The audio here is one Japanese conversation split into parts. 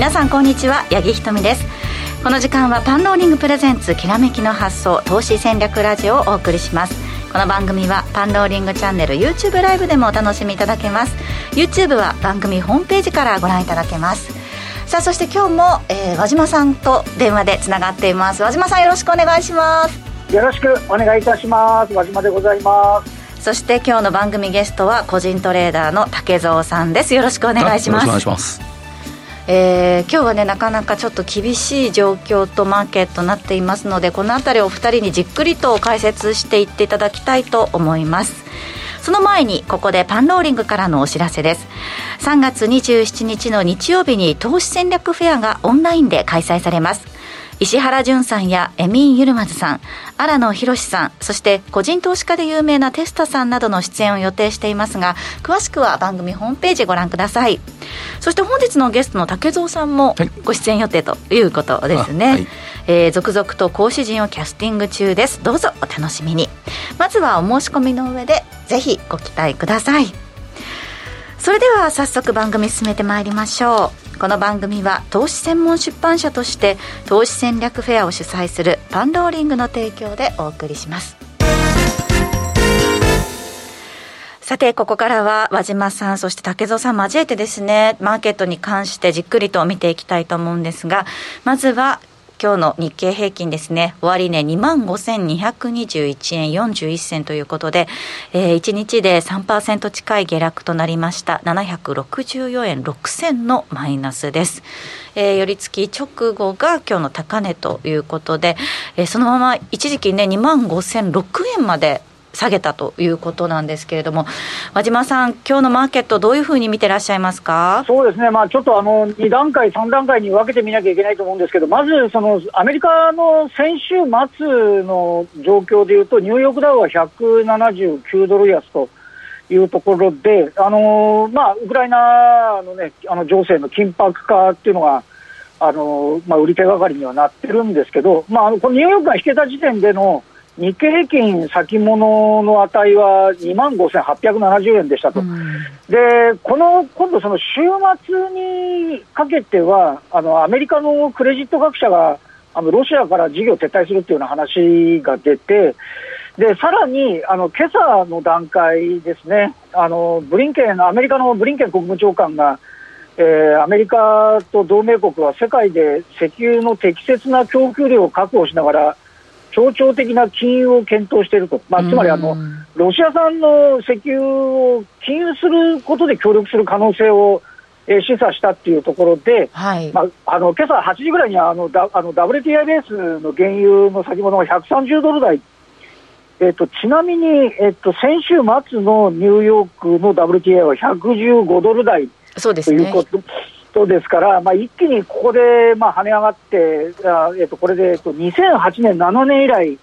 皆さんこんにちは、八木ひとみです。この時間はパンローリングプレゼンツきらめきの発想投資戦略ラジオをお送りします。この番組はパンローリングチャンネル YouTube ライブでもお楽しみいただけます。 YouTube は番組ホームページからご覧いただけます。さあ、そして今日も、和島さんと電話でつながっています。和島さん、よろしくお願いします。 よろしくお願いいたします。和島でございます。 そして今日の番組ゲストは個人トレーダーの竹蔵さんです。よろしくお願いします。 よろしくお願いします。 今日はね、なかなかちょっと厳しい状況とマーケットになっていますので、このあたりをお二人にじっくりと解説していっていただきたいと思います。その前にここでパンローリングからのお知らせです。3月27日の日曜日に投資戦略フェアがオンラインで開催されます。石原淳さんやエミン・ユルマズさん、荒野博さん、そして個人投資家で有名なテスタさんなどの出演を予定していますが、詳しくは番組ホームページご覧ください。そして本日のゲストの竹蔵さんもご出演予定ということですね、はい。続々と講師陣をキャスティング中です。どうぞお楽しみに。まずはお申し込みの上でぜひご期待ください。それでは早速番組進めてまいりましょう。この番組は投資専門出版社として投資戦略フェアを主催するパンローリングの提供でお送りします。さて、ここからは和島さん、そして竹蔵さん交えてですね、マーケットに関してじっくりと見ていきたいと思うんですが、まずは今日の日経平均ですね。終値 25,221 円41銭ということで、1日で 3% 近い下落となりました。764円6銭のマイナスです。寄り付き直後が今日の高値ということで、そのまま一時期ね 25,006 円まで下げたということなんですけれども、和島さん、今日のマーケットどういうふうに見てらっしゃいますか？ そうですね、ちょっと2段階3段階に分けてみなきゃいけないと思うんですけど、まずそのアメリカの先週末の状況でいうと、ニューヨークダウは179ドル安というところで、ウクライナの、ね、情勢の緊迫化っていうのが売り手がかりにはなってるんですけど、このニューヨークが引けた時点での日経平均先物の値は 25,870 円でしたと。で、今度その週末にかけてはアメリカのクレジット各社がロシアから事業撤退するっていうような話が出て、でさらに今朝の段階ですね、アメリカのブリンケン国務長官がアメリカと同盟国は世界で石油の適切な供給量を確保しながら協調的な金融を検討していると、つまりロシア産の石油を禁輸することで協力する可能性を示唆したっていうところで、はい、今朝8時ぐらいにWTI ベースの原油の先物が130ドル台、ちなみに、先週末のニューヨークの WTI は115ドル台そうですね、 ということですから、一気にここで跳ね上がって、これで2008年7年以来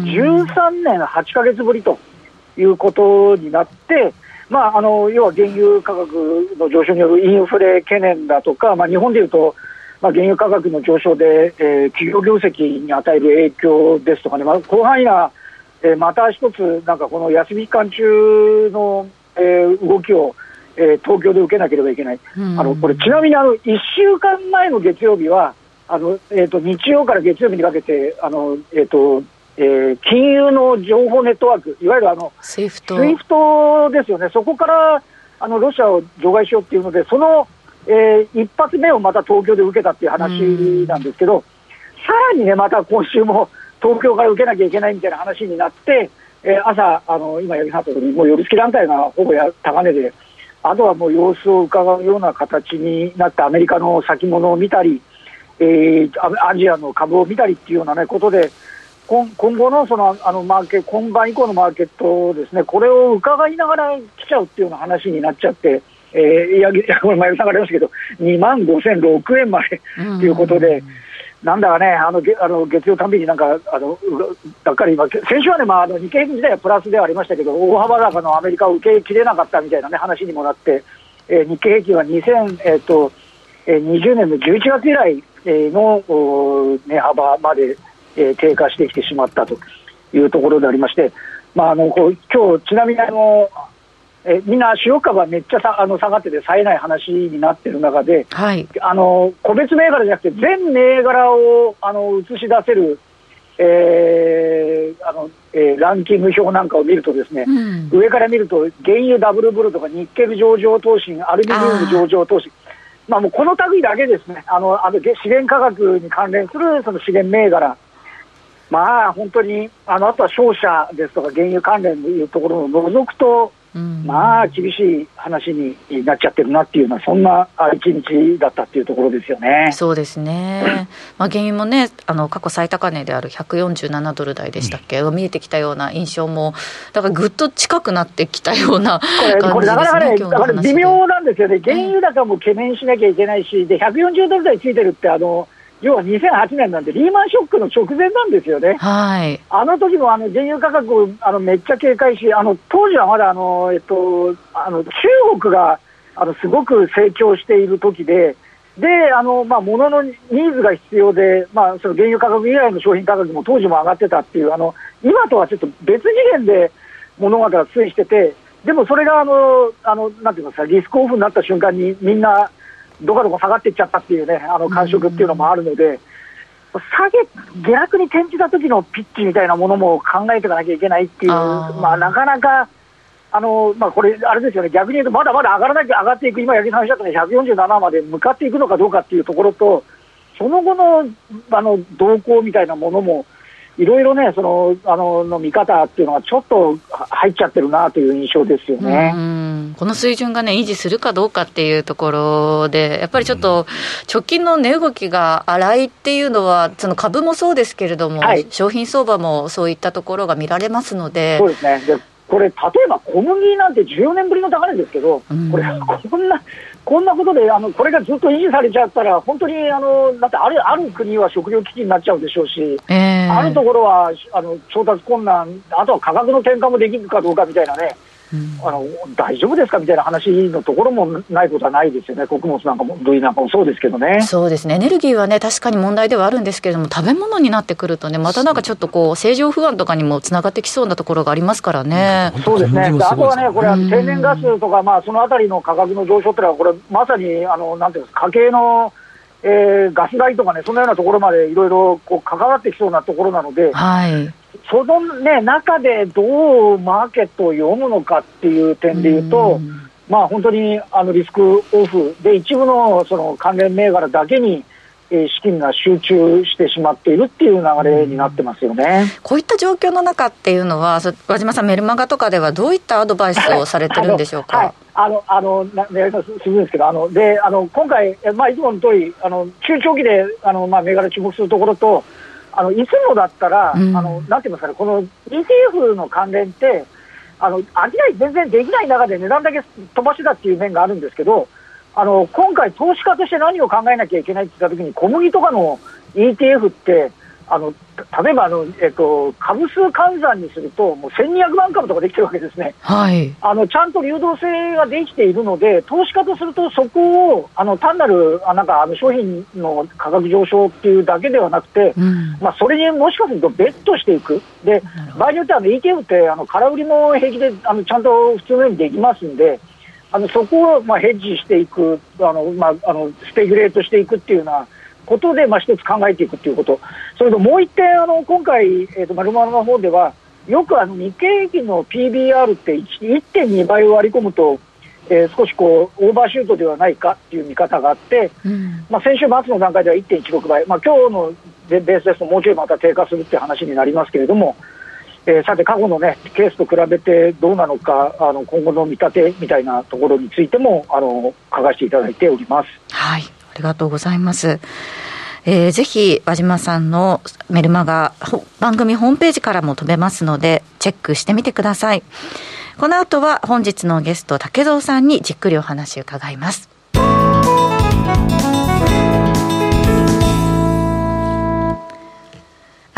13年8ヶ月ぶりということになって、要は原油価格の上昇によるインフレ懸念だとか、日本でいうと、原油価格の上昇で、企業業績に与える影響ですとかね、広範囲な、また一つこの休み期間中の、動きを東京で受けなければいけない。これちなみに1週間前の月曜日は日曜から月曜日にかけて金融の情報ネットワーク、いわゆるスイフトですよね。そこからロシアを除外しようっていうので、その、一発目をまた東京で受けたっていう話なんですけど、さらにね、また今週も東京から受けなきゃいけないみたいな話になって、朝今八木さんとにもう寄り付き段階がほぼ高値で、あとはもう様子を伺うような形になってアメリカの先物を見たり、アジアの株を見たりっていうような、ね、ことで今後の今晩以降のマーケットですね、これを伺いながら来ちゃうっていうような話になっちゃって、前さんがありましたけど 25,006 円までということで、なんだかね、月曜たんびにがっかり、先週はね、日経平均自体はプラスではありましたけど、大幅高のアメリカを受けきれなかったみたいな、ね、話にもなって、日経平均は2020年の11月以来の値幅まで低下してきてしまったというところでありまして、今日ちなみにみんな主力株はめっちゃ下がってて冴えない話になってる中で、 はい、 個別銘柄じゃなくて全銘柄を映し出せる、ランキング表なんかを見るとですね、上から見ると原油ダブルブルとかニッケル上場投信、アルミニウム上場投信、もうこの類だけですね、資源価格に関連するその資源銘柄、本当にあとは商社ですとか原油関連というところを除くと、厳しい話になっちゃってるなっていうような、そんな一日だったっていうところですよね。 そうですね、原油もね、過去最高値である147ドル台でしたっけ、見えてきたような印象も、だからぐっと近くなってきたような感じですね。これなかなかね、だから微妙なんですよね。原油高も懸念しなきゃいけないし、で140ドル台ついてるって要は2008年なんでリーマンショックの直前なんですよね。 はい、 あの時も原油価格をめっちゃ警戒し、当時はまだ中国がすごく成長している時で、物のニーズが必要で、その原油価格以外の商品価格も当時も上がってたっていう、今とはちょっと別次元で物事が推移してて、でもそれがなんて言いますか、リスクオフになった瞬間にみんなどかどか下がっていっちゃったっていうね、感触っていうのもあるので、下落に転じた時のピッチみたいなものも考えていかなきゃいけないっていう、なかなかこれあれですよね、逆に言うとまだまだ上がっていく、今八木さんおっしゃったね、147まで向かっていくのかどうかっていうところと、その後の動向みたいなものもいろいろね、の見方っていうのがちょっと入っちゃってるなという印象ですよね。 この水準がね維持するかどうかっていうところで、やっぱりちょっと直近の値動きが荒いっていうのは、その株もそうですけれども、商品相場もそういったところが見られますので。 そうですね。でこれ例えば小麦なんて14年ぶりの高値ですけど、これこんなことでこれがずっと維持されちゃったら、本当にだってある国は食糧危機になっちゃうでしょうし、あるところは調達困難、あとは価格の転嫁もできるかどうかみたいなね、大丈夫ですかみたいな話のところもないことはないですよね。穀物なんかも類なんかもそうですけどね。 そうですね、エネルギーはね確かに問題ではあるんですけれども、食べ物になってくるとね、またなんかちょっと政情不安とかにもつながってきそうなところがありますからね。 そうですね。あとはね、これは天然ガスとか、そのあたりの価格の上昇っていうのは、これまさになんていうんですか、家計のガス代とかね、そのようなところまでいろいろ関わってきそうなところなので、その、ね、中でどうマーケットを読むのかっていう点でいうと、本当にリスクオフで一部のその関連銘柄だけに資金が集中してしまっているっていう流れになってますよね。 こういった状況の中っていうのは、和島さんメルマガとかではどういったアドバイスをされてるんでしょうか。 やり方するんですけど、今回、いつもの通り中長期で銘柄注目するところと、いつもだったら、なんて言いますかね、この ETF の関連って商い全然できない中で値段だけ飛ばしだっていう面があるんですけど、今回投資家として何を考えなきゃいけないって言ったときに、小麦とかの ETF って例えば株数換算にするともう1200万株とかできてるわけですね。ちゃんと流動性ができているので、投資家とするとそこを単なる商品の価格上昇っていうだけではなくて、それにもしかするとベットしていく。で場合によってはETF って空売りも平気でちゃんと普通のようにできますんで、そこをヘッジしていく、スペキュレートしていくっていうようなことで、一つ考えていくということ、それともう一点、今回、マルマルの方では、よく日経平均の PBR って 1.2 倍を割り込むと、少しオーバーシュートではないかっていう見方があって、先週末の段階では 1.16 倍、今日のベースですともうちょいまた低下するっていう話になりますけれども、さて過去の、ケースと比べてどうなのか、今後の見立てみたいなところについても書かせていただいております。 はい、ありがとうございます。ぜひ和島さんのメルマガ番組ホームページからも飛べますのでチェックしてみてください。この後は本日のゲスト竹蔵さんにじっくりお話を伺います。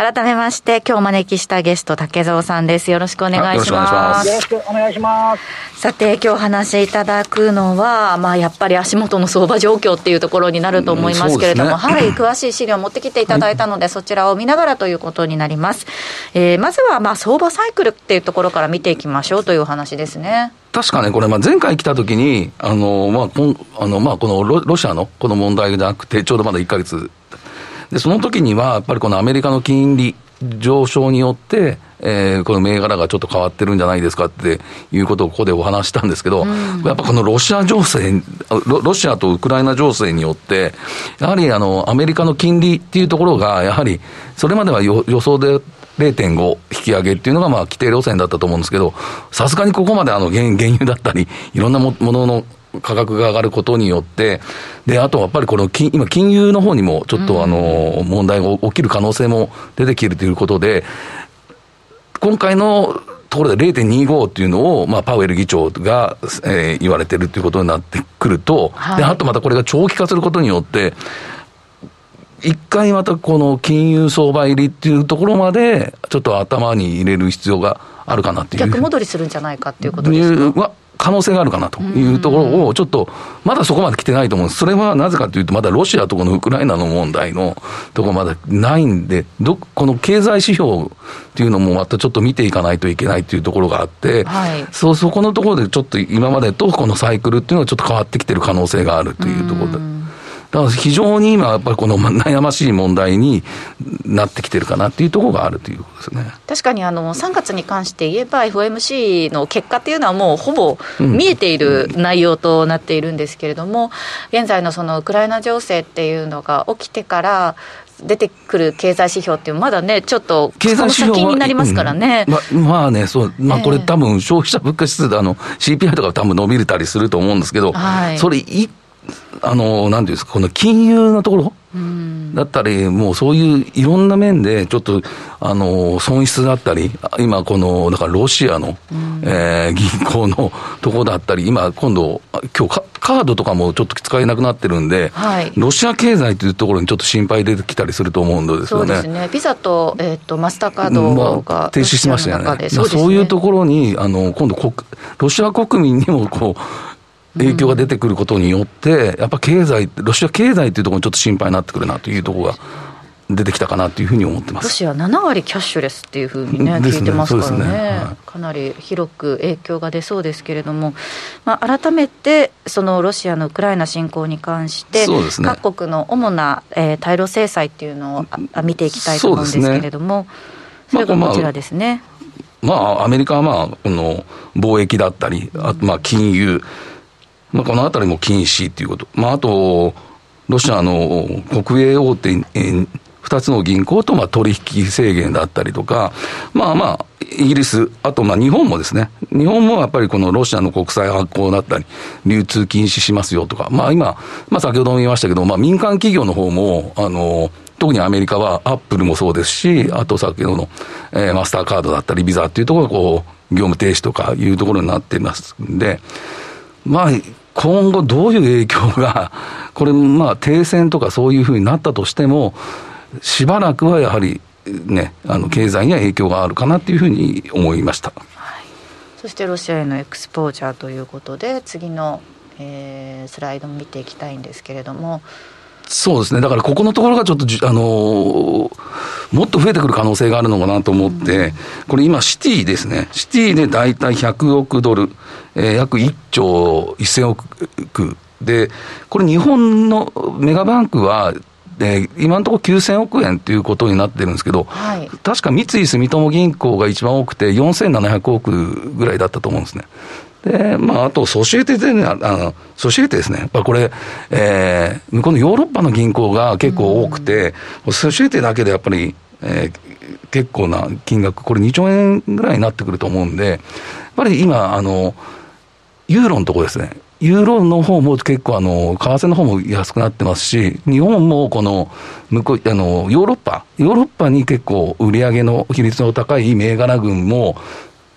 改めまして今日お招きしたゲスト竹蔵さんです。よろしくお願いします。 よろしくお願いします。 さて今日話しいただくのは、やっぱり足元の相場状況っていうところになると思いますけれども、はい、詳しい資料を持ってきていただいたので、そちらを見ながらということになります。まずは相場サイクルっていうところから見ていきましょうというお話ですね。 確かね、これ前回来た時にこのロシアのこの問題じゃなくてちょうどまだ1ヶ月で、その時にはやっぱりこのアメリカの金利上昇によって、この銘柄がちょっと変わってるんじゃないですかっていうことをここでお話したんですけど、やっぱこのロシア情勢、ロシアとウクライナ情勢によって、やはりアメリカの金利っていうところが、やはりそれまでは予想で0.5 引き上げっていうのが規定路線だったと思うんですけど、さすがにここまで原油だったり、いろんなものの価格が上がることによって、で、あとはやっぱりこの今金融の方にもちょっと問題が起きる可能性も出てきているということで、今回のところで 0.25 っていうのを、パウエル議長が、言われてるということになってくると、で、あとまたこれが長期化することによって、一回またこの金融相場入りっていうところまでちょっと頭に入れる必要があるかなっていう。 逆戻りするんじゃないかっていうことですか。 可能性があるかなというところをちょっとまだそこまで来てないと思うんです。それはなぜかというと、まだロシアとこのウクライナの問題のところまだないんで、この経済指標っていうのもまたちょっと見ていかないといけないというところがあって、はい、そこのところでちょっと今までとこのサイクルっていうのはちょっと変わってきてる可能性があるというところで、だから非常に今やっぱりこの悩ましい問題になってきてるかなっていうところがあるということですね。 確かに3月に関して言えば FOMC の結果っていうのはもうほぼ見えている内容となっているんですけれども、現在のそのウクライナ情勢っていうのが起きてから出てくる経済指標っていうまだねちょっとその先になりますからね。 これ多分消費者物価指数でCPI とか多分伸びたりすると思うんですけど、はい、それなんていうんですか、この金融のところだったり、もうそういういろんな面でちょっと損失だったり、今このだからロシアの、銀行のところだったり、今日カードとかもちょっと使えなくなってるんで、はい、ロシア経済というところにちょっと心配出てきたりすると思うんですよね。 そうですね。ビザと、マスターカードが停止しましたよね。そういうところに今度ロシア国民にも影響が出てくることによって、やっぱロシア経済というところにちょっと心配になってくるなというところが出てきたかなというふうに思ってます。 ロシア7割キャッシュレスっていうふうにね、聞いてますからね、はい、かなり広く影響が出そうですけれども、改めてそのロシアのウクライナ侵攻に関して、各国の主な、対ロ制裁っていうのを見ていきたいと思うんですけれども、それがこちらですね。 アメリカはこの貿易だったり、あと金融、このあたりも禁止ということ、あとロシアの国営大手2つの銀行と取引制限だったりとか、イギリス、あと日本もですね、日本もやっぱりこのロシアの国債発行だったり流通禁止しますよとか、今、先ほども言いましたけど、民間企業の方も特にアメリカはアップルもそうですし、あと先ほどの、マスターカードだったりビザっていうところが業務停止とかいうところになっていますんで、今後どういう影響が、これ停戦とかそういうふうになったとしても、しばらくはやはりね、経済には影響があるかなというふうに思いました。はい、 そしてロシアへのエクスポージャーということで、次の、スライドも見ていきたいんですけれども。 そうですね。だからここのところがちょっともっと増えてくる可能性があるのかなと思って、これ今シティですね。シティでだいたい100億ドル、約1兆1000億で、これ日本のメガバンクは今のところ9000億円ということになってるんですけど、はい、確か三井住友銀行が一番多くて4700億ぐらいだったと思うんですね。で、あとソシエテでね、ソシエテですね。やっぱこれ、向こうのヨーロッパの銀行が結構多くて、ソシエテだけでやっぱり、結構な金額、これ2兆円ぐらいになってくると思うんで、やっぱり今、ユーロのところですね。ユーロの方も結構為替の方も安くなってますし、日本もこのヨーロッパに結構売上の比率の高い銘柄群も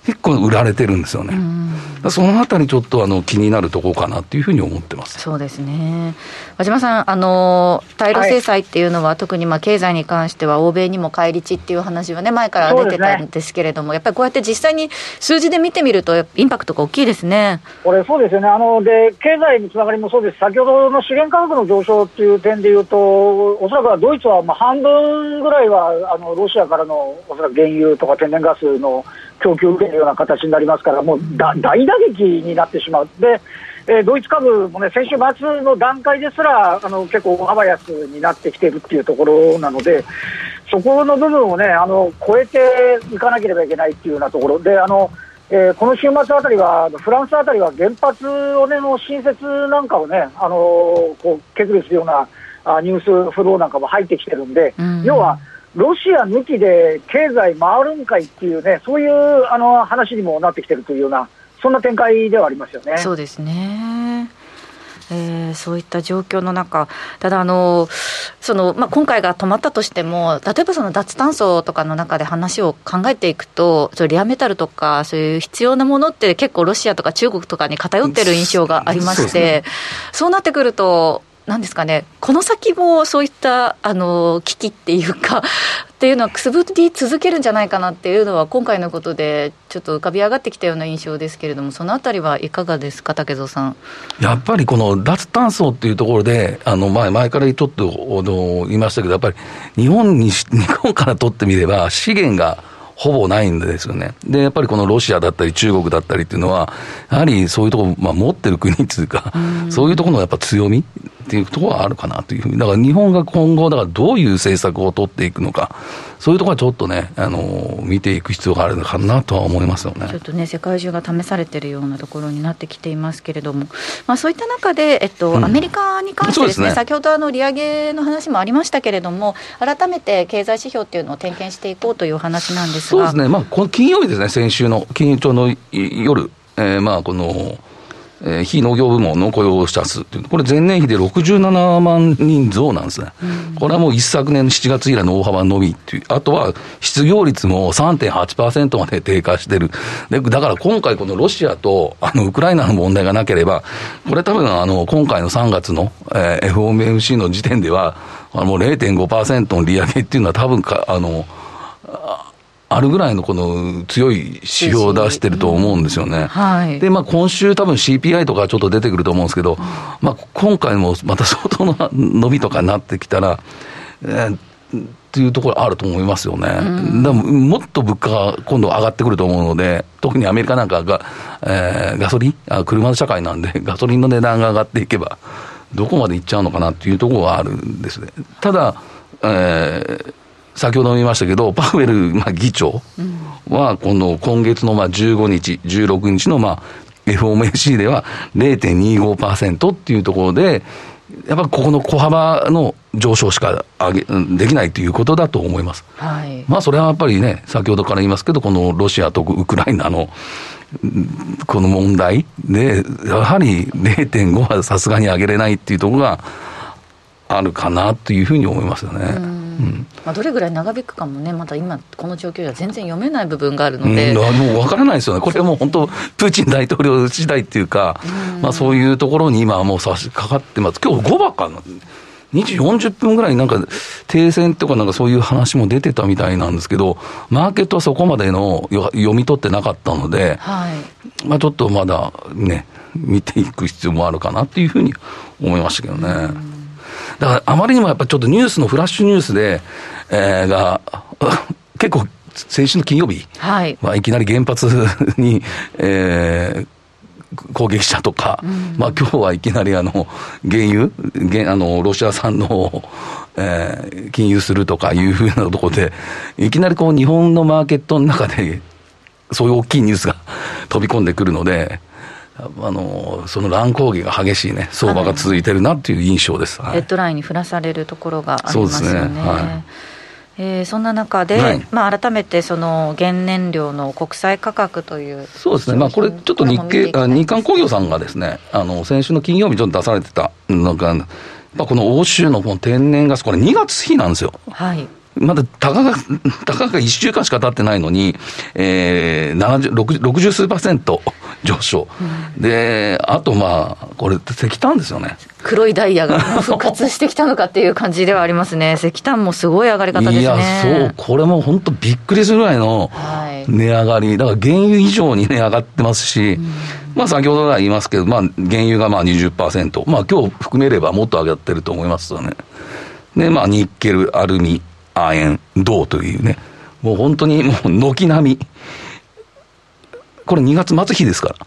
結構売られてるんですよね。そのあたりちょっと気になるところかなっていうふうに思ってます。 そうですね。和島さん、対ロ制裁っていうのは、はい、特に経済に関しては欧米にも返り血っていう話はね、前から出てたんですけれども、やっぱりこうやって実際に数字で見てみるとインパクトが大きいですね。 これそうですよね。で経済につながりもそうです。先ほどの資源価格の上昇っていう点でいうと、おそらくはドイツは半分ぐらいはロシアからのおそらく原油とか天然ガスの供給を受けるような形になりますから、もう大打撃になってしまう。で、ドイツ株もね、先週末の段階ですら結構大幅安になってきているっていうところなので、そこの部分をね超えていかなければいけないっていうようなところで、この週末あたりはフランスあたりは原発をねの新設なんかをねこう決議するようなニュースフローなんかも入ってきてるんで、要はロシア抜きで経済回るんかいっていうね、そういう話にもなってきてるというような、そんな展開ではありますよね。 そうですね。そういった状況の中、ただ今回が止まったとしても、例えばその脱炭素とかの中で話を考えていくと、レアメタルとかそういう必要なものって結構ロシアとか中国とかに偏ってる印象がありまして、そうなってくるとなんですかね、この先もそういった危機っていうかっていうのはくすぶり続けるんじゃないかなっていうのは、今回のことでちょっと浮かび上がってきたような印象ですけれども、そのあたりはいかがですか、竹蔵さん。 やっぱりこの脱炭素っていうところで前からちょっと言いましたけど、やっぱり日本からとってみれば資源がほぼないんですよね。で、やっぱりこのロシアだったり中国だったりっていうのは、やはりそういうところ、持ってる国っていうか、そういうところのやっぱ強みっていうところはあるかなというふうに。だから日本が今後、だからどういう政策を取っていくのか、そういうところはちょっとね、見ていく必要があるのかなとは思いますよね。 ちょっとね、世界中が試されているようなところになってきていますけれども、そういった中で、アメリカに関してですね、先ほど利上げの話もありましたけれども、改めて経済指標っていうのを点検していこうという話なんですが。 そうですね、この金曜日ですね、先週の金融庁の夜、この非農業部門の雇用者数という、これ前年比で67万人増なんですね。これはもう一昨年の7月以来の大幅伸びっていう、あとは失業率も 3.8% まで低下してる。で、だから今回このロシアとウクライナの問題がなければ、これ多分今回の3月の、FOMC の時点ではもう 0.5% の利上げっていうのは多分あるぐらいのこの強い指標を出してると思うんですよね。 はい、 で、今週多分 CPI とかちょっと出てくると思うんですけど、今回もまた相当な伸びとかになってきたら、っていうところあると思いますよね。だからもっと物価が今度上がってくると思うので、特にアメリカなんかが、ガソリン、車の社会なんで、ガソリンの値段が上がっていけば、どこまでいっちゃうのかなっていうところはあるんですね。ただ、先ほども言いましたけど、パウエル議長は今月の15日、16日のFOMC では 0.25% っていうところで、やっぱりここの小幅の上昇しかできないということだと思います。 はい、 それはやっぱりね、先ほどから言いますけど、このロシアとウクライナのこの問題で、やはり 0.5 はさすがに上げれないっていうところがあるかなというふうに思いますよね。 どれぐらい長引くかもね、まだ今この状況では全然読めない部分があるので、 もう分からないですよね。これはもう本当プーチン大統領次第っていうか、そういうところに今はもう差し掛かってます。今日5番かな、2時40分ぐらいなんか停戦とかなんかそういう話も出てたみたいなんですけど、マーケットはそこまでの読み取ってなかったので、ちょっとまだね見ていく必要もあるかなっていうふうに思いましたけどね。だからあまりにもやっぱりちょっとニュースのフラッシュニュースで、結構先週の金曜日はいきなり原発に、攻撃したとか、今日はいきなり原油ロシア産の、禁輸するとかいうふうなところで、いきなり日本のマーケットの中でそういう大きいニュースが飛び込んでくるので、その乱高下が激しいね相場が続いてるなっていう印象です。 ヘッドラインに降らされるところがありますよね。そうですね。そんな中で、改めてその原燃料の国際価格という。 そうですね。これちょっと日刊工業さんがですね、先週の金曜日ちょっと出されてたこの欧州のこの天然ガス、これ2月比なんですよ。 はい。 まだたかが1週間しか経ってないのに、60数%上昇、で、あとこれ石炭ですよね。 黒いダイヤが復活してきたのかっていう感じではありますね。石炭もすごい上がり方ですね。 いや、そう、これも本当びっくりするぐらいの値上がり、だから原油以上にね上がってますし、先ほどから言いますけど、原油が20%、今日含めればもっと上がってると思いますよね。で、ニッケル、アルミ、亜鉛、銅というね、もう本当にもう軒並み、これ2月末日ですから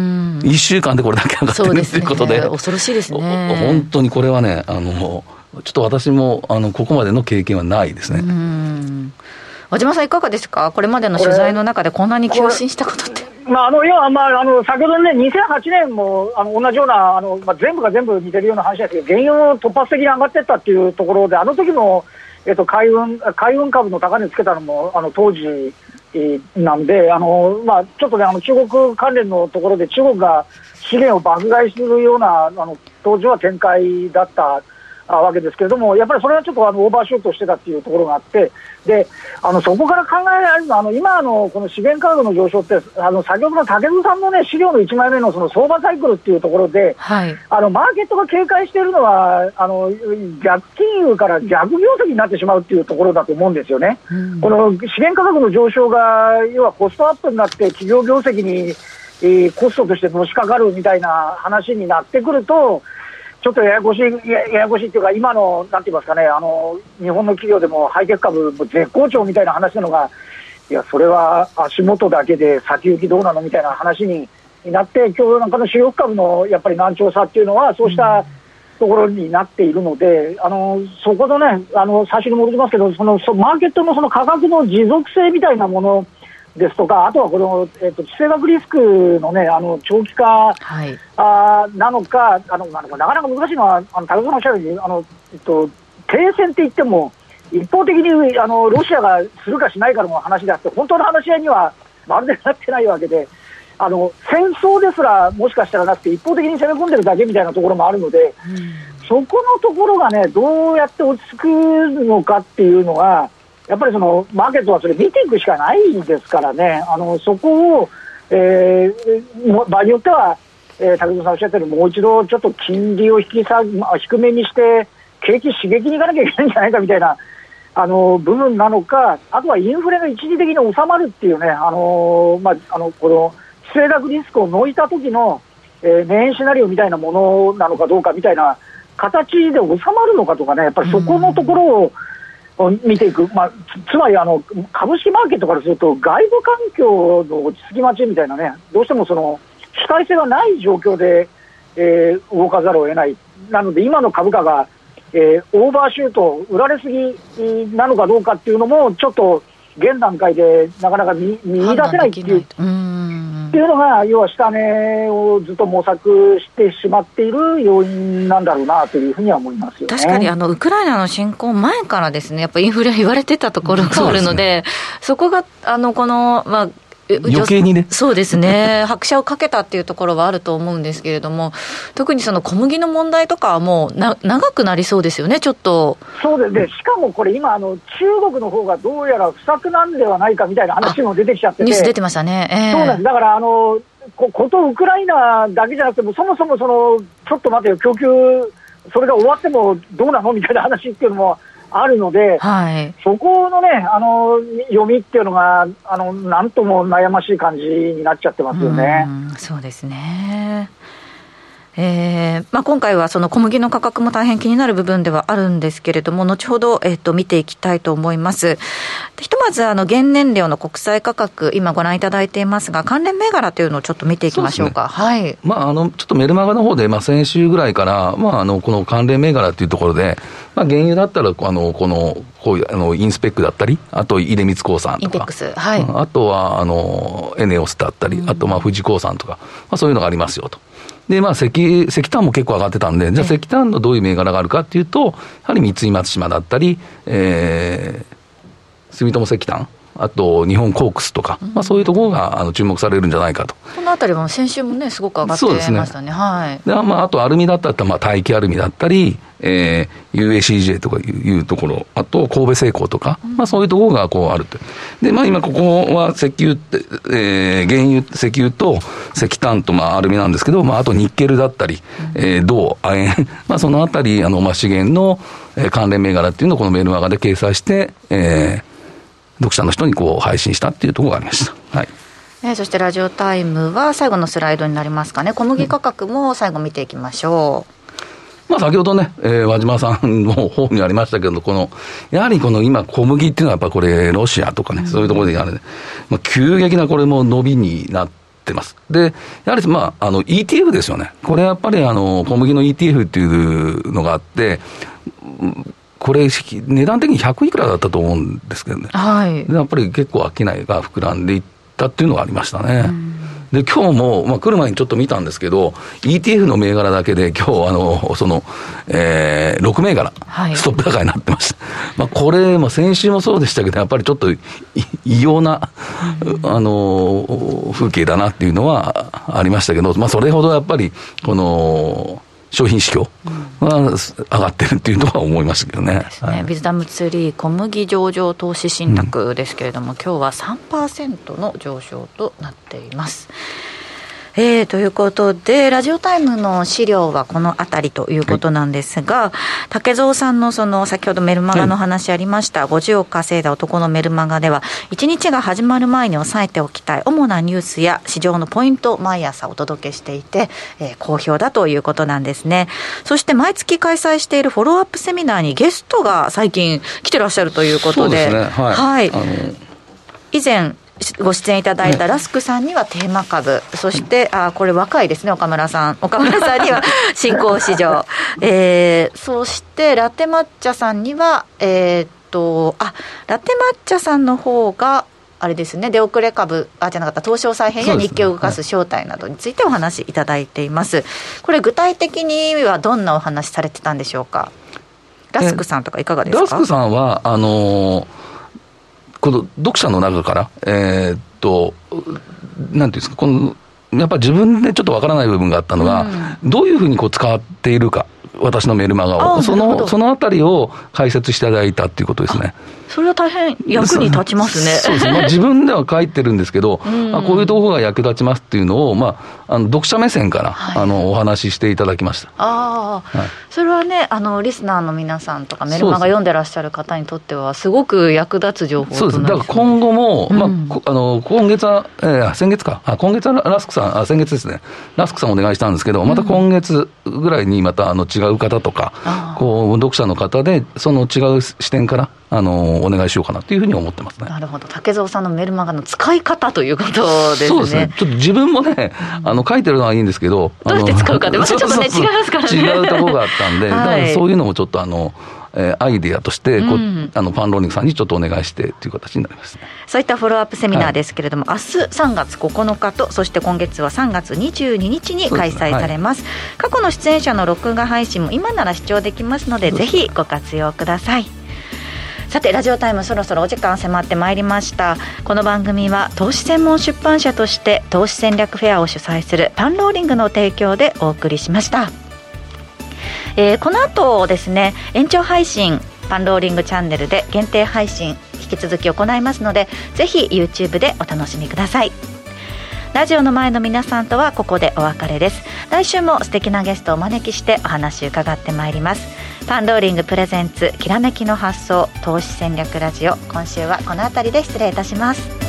、1週間でこれだけ上がってるということで、 恐ろしいですね。 本当にこれはね、ちょっと私もここまでの経験はないですね。 和島さんいかがですか。これまでの取材の中でこんなに急進したことって。 要は先ほどね、2008年も同じような全部が全部似てるような話ですけど、原油も突発的に上がっていったっていうところで、あの時も、海運株の高値つけたのも当時なんで、ちょっとね、中国関連のところで中国が資源を爆買いするような当時は展開だったわけですけれども、やっぱりそれはちょっとオーバーシュートしてたっていうところがあって、でそこから考えられるのは今この資源価格の上昇って先ほどの竹津さんのね資料の1枚目のその相場サイクルっていうところで、マーケットが警戒しているのは逆金融から逆業績になってしまうっていうところだと思うんですよね。この資源価格の上昇が要はコストアップになって企業業績にコストとしてのしかかるみたいな話になってくると、ちょっとややこしいっていうか、今のなんて言いますかね、日本の企業でもハイテク株絶好調みたいな話なのが、いやそれは足元だけで先行きどうなのみたいな話になって、今日なんかの主力株のやっぱり難聴さっていうのはそうしたところになっているので、そこのね最初に戻りますけど、マーケットのその価格の持続性みたいなものですとか、あとはこの、地政学リスクのね長期化、なのかなかなか難しいのは高田さんおっしゃるように停戦って言っても一方的にロシアがするかしないかの話であって、本当の話し合いにはまるでなってないわけで、戦争ですらもしかしたらなくて一方的に攻め込んでるだけみたいなところもあるので、そこのところがねどうやって落ち着くのかっていうのはやっぱりそのマーケットはそれ見ていくしかないですからね、そこを、場合によっては、竹田さんおっしゃったようにもう一度ちょっと金利を低めにして景気刺激にいかなきゃいけないんじゃないかみたいな部分なのか、あとはインフレが一時的に収まるっていうね、この地政学リスクを除いた時の、年シナリオみたいなものなのかどうかみたいな形で収まるのかとかね、やっぱりそこのところを見ていく、つまり株式マーケットからすると外部環境の落ち着き待ちみたいなね、どうしてもその主体性がない状況で、動かざるを得ない。なので今の株価が、オーバーシュート売られすぎなのかどうかっていうのもちょっと現段階でなかなか見出せないっていうのが、要は下値をずっと模索してしまっている要因なんだろうなというふうには思いますよね。 確かにウクライナの侵攻前からですね、やっぱりインフレ言われてたところがあるので、そこがこの余計にね、 そうですね拍車をかけたっていうところはあると思うんですけれども、特にその小麦の問題とかはもう長くなりそうですよね、ちょっと。 そうですね、しかもこれ今中国の方がどうやら不作なんではないかみたいな話も出てきちゃってて、 ニュース出てましたね、 そうなんです。だからことウクライナだけじゃなくても、そもそもちょっと待てよ、供給それが終わってもどうなのみたいな話っていうのもあるので、そこのね読みっていうのがなんとも悩ましい感じになっちゃってますよね。 そうですね。今回はその小麦の価格も大変気になる部分ではあるんですけれども、後ほど、見ていきたいと思います。ひとまず原燃料の国際価格今ご覧いただいていますが、関連銘柄というのをちょっと見ていきましょうか。ちょっとメルマガの方で、先週ぐらいから、この関連銘柄というところで、原油だったらこういうインスペックだったり、あと出光興産とか、インペックス、あとはエネオスだったり、あと富士興産とか、そういうのがありますよと。で石炭も結構上がってたんで、じゃあ石炭のどういう銘柄があるかっていうと、やはり三井松島だったり、住友石炭、 あと日本コークスとか、そういうところが注目されるんじゃないかと。 このあたりは先週もねすごく上がってましたね。はい。 で、あとアルミだったら大気アルミだったり、UACJ とかいうところ、あと神戸製鋼とか、そういうところがこうあると。で、今ここは石油って、原油、石油と石炭とアルミなんですけど、あとニッケルだったり、銅、亜鉛、そのあたり資源の関連銘柄っていうのをこのメルマガで掲載して、読者の人にこう配信したっていうところがありました。はい。 そしてラジオタイムは最後のスライドになりますかね。小麦価格も最後見ていきましょう。 先ほどね、和島さんの方にありましたけど、やはり今小麦っていうのはやっぱこれロシアとかね、そういうところで急激なこれも伸びになってます。で、やはりETF ですよね。これやっぱり小麦の ETF っていうのがあって、これ値段的に100いくらだったと思うんですけどね。はい。でやっぱり結構商いが膨らんでいったっていうのがありましたね。で、今日も、来る前にちょっと見たんですけど、ETF の銘柄だけで今日6銘柄、ストップ高になってました。これ、先週もそうでしたけど、やっぱりちょっと異様な、風景だなっていうのはありましたけど、それほどやっぱり、商品市況は上がってるっていうのは思いましたけどね。 ですね。ビズダムツリー小麦上場投資信託ですけれども、今日は 3% の上昇となっています。ということでラジオタイムの資料はこのあたりということなんですが、竹蔵さんの先ほどメルマガの話ありました、50億稼いだ男のメルマガでは1日が始まる前に押さえておきたい主なニュースや市場のポイントを毎朝お届けしていて、好評だということなんですね。そして毎月開催しているフォローアップセミナーにゲストが最近来てらっしゃるということで、 そうですね。はい。 以前ご出演いただいたラスクさんにはテーマ株、そしてこれ若いですね、岡村さんには新興市場、そしてラテ抹茶さんにはラテ抹茶さんの方があれですね、出遅れ株じゃなかった東証再編や日経を動かす正体などについてお話しいただいています。これ具体的にはどんなお話されてたんでしょうか。ラスクさんとかいかがですか。 ラスクさんはこの読者の中から、なんていうんですか、やっぱり自分でちょっとわからない部分があったのが、どういうふうに使っているか、私のメルマガを、そのあたりを解説していただいたっていうことですね。 それは大変役に立ちますね。 そうですね。自分では書いてるんですけど、こういうところが役立ちますっていうのを、読者目線から、お話ししていただきました。 それはね、リスナーの皆さんとかメルマガ読んでらっしゃる方にとってはすごく役立つ情報となりそうですね。 だから今後も、今月は、先月か、今月はラスクさん、先月ですね、ラスクさんお願いしたんですけど、また今月ぐらいにまた違う方とか、読者の方でその違う視点からお願いしようかなというふうに思ってますね。 なるほど。竹蔵さんのメルマガの使い方ということですね。 そうですね。ちょっと自分もね、書いてるのはいいんですけど、 どうして使うかでまたちょっとね、違いますからね。 違うところがあったんで、だからそういうのもちょっとアイデアとしてパンローニングさんにちょっとお願いしてという形になりますね。 そういったフォローアップセミナーですけれども、明日3月9日とそして今月は3月22日に開催されます。過去の出演者の録画配信も今なら視聴できますので、ぜひご活用ください。さてラジオタイムそろそろお時間迫ってまいりました。この番組は投資専門出版社として投資戦略フェアを主催するパンローリングの提供でお送りしました。この後ですね、延長配信パンローリングチャンネルで限定配信引き続き行いますので、ぜひ YouTube でお楽しみください。ラジオの前の皆さんとはここでお別れです。来週も素敵なゲストをお招きしてお話伺ってまいります。パンローリングプレゼンツきらめきの発想投資戦略ラジオ、今週はこの辺りで失礼いたします。